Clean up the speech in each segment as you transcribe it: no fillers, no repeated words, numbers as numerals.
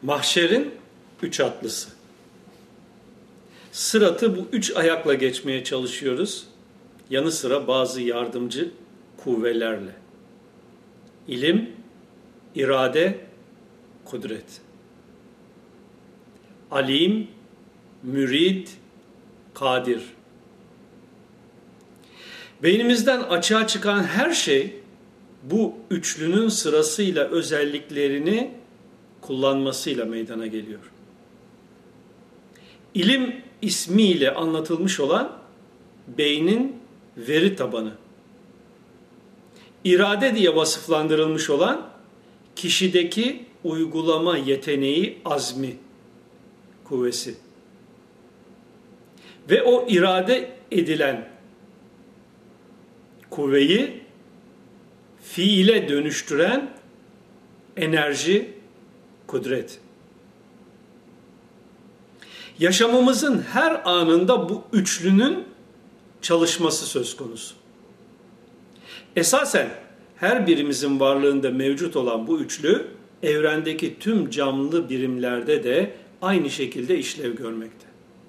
Mahşerin üç atlısı. Sıratı bu üç ayakla geçmeye çalışıyoruz. Yanı sıra bazı yardımcı kuvvelerle. İlim, irade, kudret. Alim, mürid, kadir. Beynimizden açığa çıkan her şey bu üçlünün sırasıyla özelliklerini kullanmasıyla meydana geliyor. İlim ismiyle anlatılmış olan beynin veri tabanı. İrade diye vasıflandırılmış olan kişideki uygulama yeteneği, azmi, kuvvesi. Ve o irade edilen kuvveyi fiile dönüştüren enerji, kudret. Yaşamımızın her anında bu üçlünün çalışması söz konusu. Esasen her birimizin varlığında mevcut olan bu üçlü, evrendeki tüm canlı birimlerde de aynı şekilde işlev görmekte.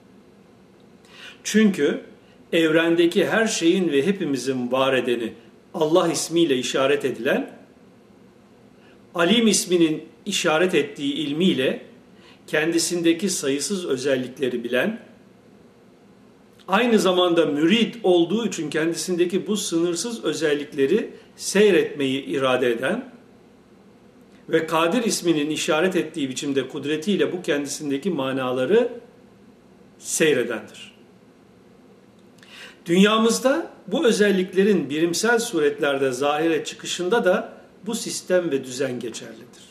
Çünkü evrendeki her şeyin ve hepimizin var edeni Allah ismiyle işaret edilen, Alim isminin işaret ettiği ilmiyle kendisindeki sayısız özellikleri bilen, aynı zamanda mürid olduğu için kendisindeki bu sınırsız özellikleri seyretmeyi irade eden ve Kadir isminin işaret ettiği biçimde kudretiyle bu kendisindeki manaları seyredendir. Dünyamızda bu özelliklerin birimsel suretlerde zahire çıkışında da bu sistem ve düzen geçerlidir.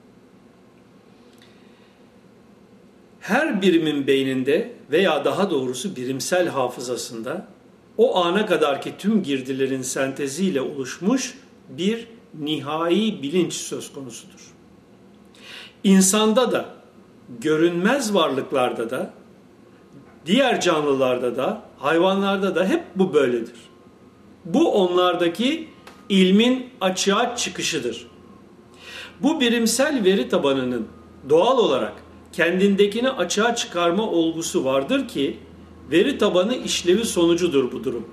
Her birimin beyninde veya daha doğrusu birimsel hafızasında o ana kadarki tüm girdilerin senteziyle oluşmuş bir nihai bilinç söz konusudur. İnsanda da, görünmez varlıklarda da, diğer canlılarda da, hayvanlarda da hep bu böyledir. Bu onlardaki ilmin açığa çıkışıdır. Bu birimsel veri tabanının doğal olarak kendindekini açığa çıkarma olgusu vardır ki veri tabanı işlevi sonucudur bu durum.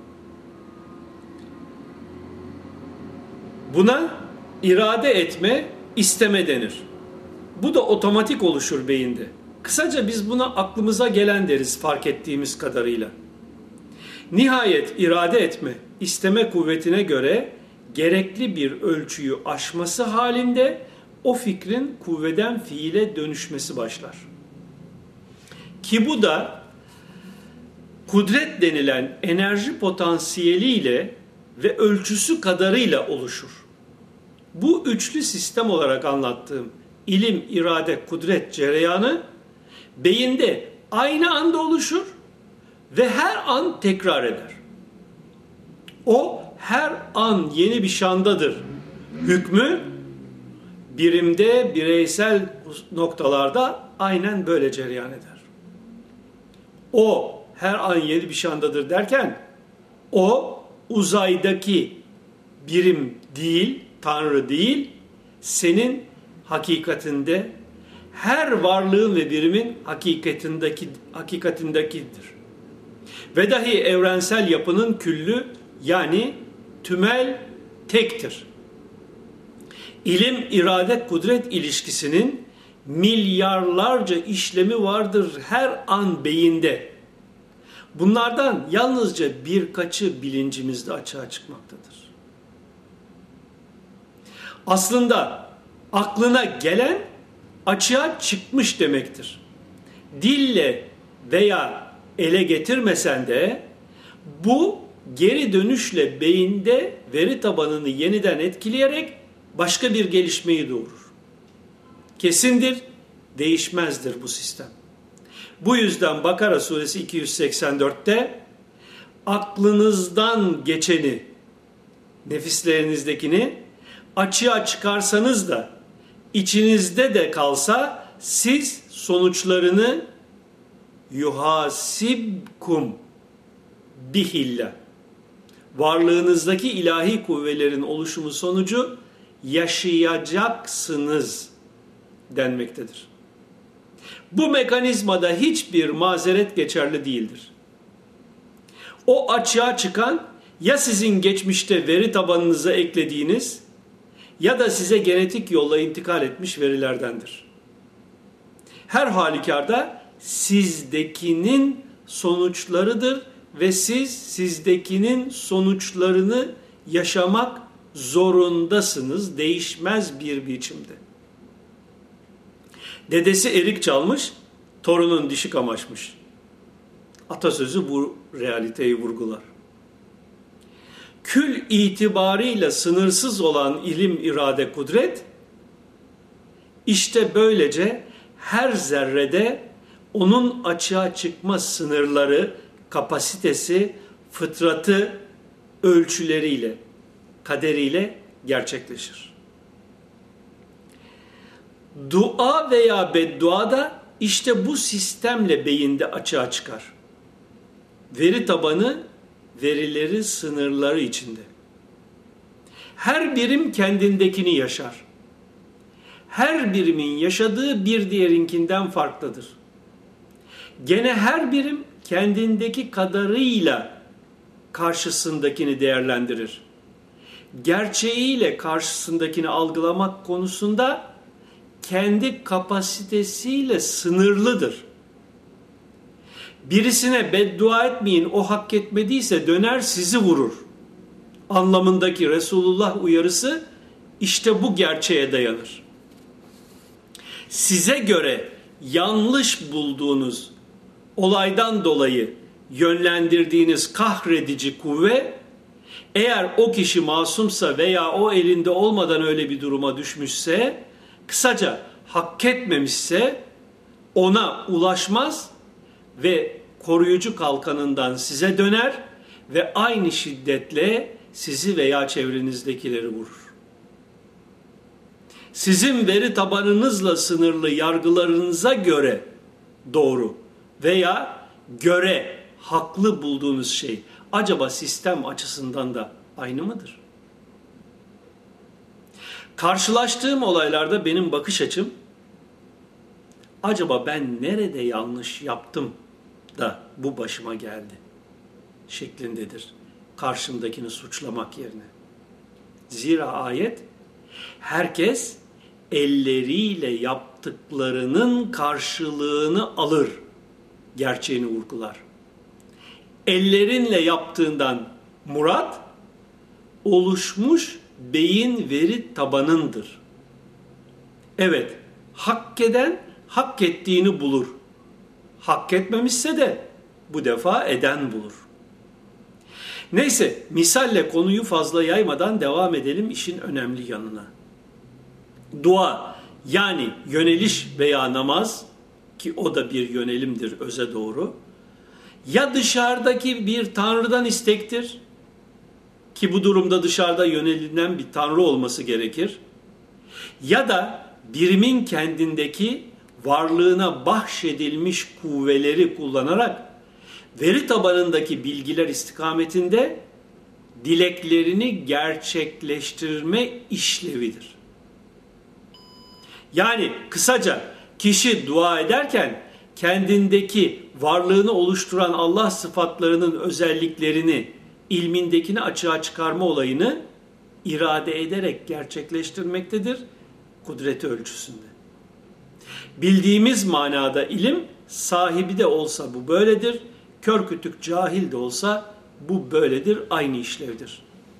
Buna irade etme, isteme denir. Bu da otomatik oluşur beyinde. Kısaca biz buna aklımıza gelen deriz fark ettiğimiz kadarıyla. Nihayet irade etme, isteme kuvvetine göre gerekli bir ölçüyü aşması halinde o fikrin kuvveden fiile dönüşmesi başlar. Ki bu da kudret denilen enerji potansiyeliyle ve ölçüsü kadarıyla oluşur. Bu üçlü sistem olarak anlattığım ilim, irade, kudret cereyanı beyinde aynı anda oluşur ve her an tekrar eder. O her an yeni bir şandadır. Hükmü birimde, bireysel noktalarda aynen böyle cereyan eder. O her an yeni bir şandadır derken o uzaydaki birim değil, Tanrı değil, senin hakikatinde her varlığın ve birimin hakikatindekidir. Ve dahi evrensel yapının küllü yani tümel tektir. İlim, irade, kudret ilişkisinin milyarlarca işlemi vardır her an beyinde. Bunlardan yalnızca birkaçı bilincimizde açığa çıkmaktadır. Aslında aklına gelen açığa çıkmış demektir. Dille veya ele getirmesen de bu geri dönüşle beyinde veri tabanını yeniden etkileyerek başka bir gelişmeyi doğurur. Kesindir, değişmezdir bu sistem. Bu yüzden Bakara suresi 284'te aklınızdan geçeni, nefislerinizdekini açığa çıkarsanız da içinizde de kalsa siz sonuçlarını yuhasibkum bihillah, varlığınızdaki ilahi kuvvelerin oluşumu sonucu yaşayacaksınız denmektedir. Bu mekanizmada hiçbir mazeret geçerli değildir. O açığa çıkan ya sizin geçmişte veri tabanınıza eklediğiniz ya da size genetik yolla intikal etmiş verilerdendir. Her halükarda sizdekinin sonuçlarıdır ve siz sizdekinin sonuçlarını yaşamak zorundasınız değişmez bir biçimde. Dedesi erik çalmış, torunun dişi kamaşmış. Atasözü bu realiteyi vurgular. Kül itibarıyla sınırsız olan ilim, irade, kudret, işte böylece her zerrede onun açığa çıkma sınırları, kapasitesi, fıtratı, ölçüleriyle, kaderiyle gerçekleşir. Dua veya beddua da işte bu sistemle beyinde açığa çıkar. Veri tabanı, verileri sınırları içinde. Her birim kendindekini yaşar. Her birimin yaşadığı bir diğerinkinden farklıdır. Gene her birim kendindeki kadarıyla karşısındakini değerlendirir. Gerçeğiyle karşısındakini algılamak konusunda kendi kapasitesiyle sınırlıdır. Birisine beddua etmeyin, o hak etmediyse döner sizi vurur anlamındaki Resulullah uyarısı işte bu gerçeğe dayanır. Size göre yanlış bulduğunuz olaydan dolayı yönlendirdiğiniz kahredici kuvve, eğer o kişi masumsa veya o elinde olmadan öyle bir duruma düşmüşse, kısaca hak etmemişse ona ulaşmaz ve koruyucu kalkanından size döner ve aynı şiddetle sizi veya çevrenizdekileri vurur. Sizin veri tabanınızla sınırlı yargılarınıza göre doğru veya göre haklı bulduğunuz şey acaba sistem açısından da aynı mıdır? Karşılaştığım olaylarda benim bakış açım acaba ben nerede yanlış yaptım da bu başıma geldi şeklindedir. Karşımdakini suçlamak yerine. Zira ayet herkes elleriyle yaptıklarının karşılığını alır gerçeğini vurgular. Ellerinle yaptığından murat oluşmuş beyin veri tabanındır. Evet, hak eden hak ettiğini bulur. Hak etmemişse de bu defa eden bulur. Neyse, misalle konuyu fazla yaymadan devam edelim işin önemli yanına. Dua yani yöneliş veya namaz ki o da bir yönelimdir öze doğru. Ya dışarıdaki bir tanrıdan istektir ki bu durumda dışarıda yönelilen bir tanrı olması gerekir. Ya da birimin kendindeki varlığına bahşedilmiş kuvveleri kullanarak veri tabanındaki bilgiler istikametinde dileklerini gerçekleştirme işlevidir. Yani kısaca kişi dua ederken kendindeki varlığını oluşturan Allah sıfatlarının özelliklerini, ilmindekini açığa çıkarma olayını irade ederek gerçekleştirmektedir kudreti ölçüsünde. Bildiğimiz manada ilim sahibi de olsa bu böyledir, kör kütük cahil de olsa bu böyledir, aynı işlevdir.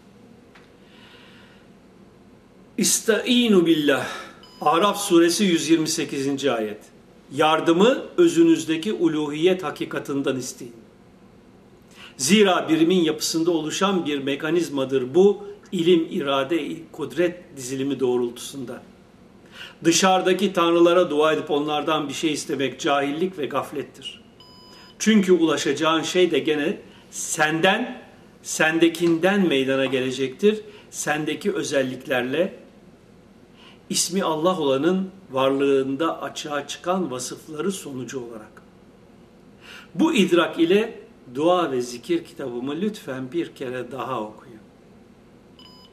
İstaînu billah. Araf suresi 128. ayet. Yardımı özünüzdeki uluhiyet hakikatından isteyin. Zira birimin yapısında oluşan bir mekanizmadır bu ilim, irade, kudret dizilimi doğrultusunda. Dışarıdaki tanrılara dua edip onlardan bir şey istemek cahillik ve gaflettir. Çünkü ulaşacağın şey de gene senden, sendekinden meydana gelecektir. Sendeki özelliklerle ismi Allah olanın varlığında açığa çıkan vasıfları sonucu olarak. Bu idrak ile dua ve zikir kitabımı lütfen bir kere daha okuyun.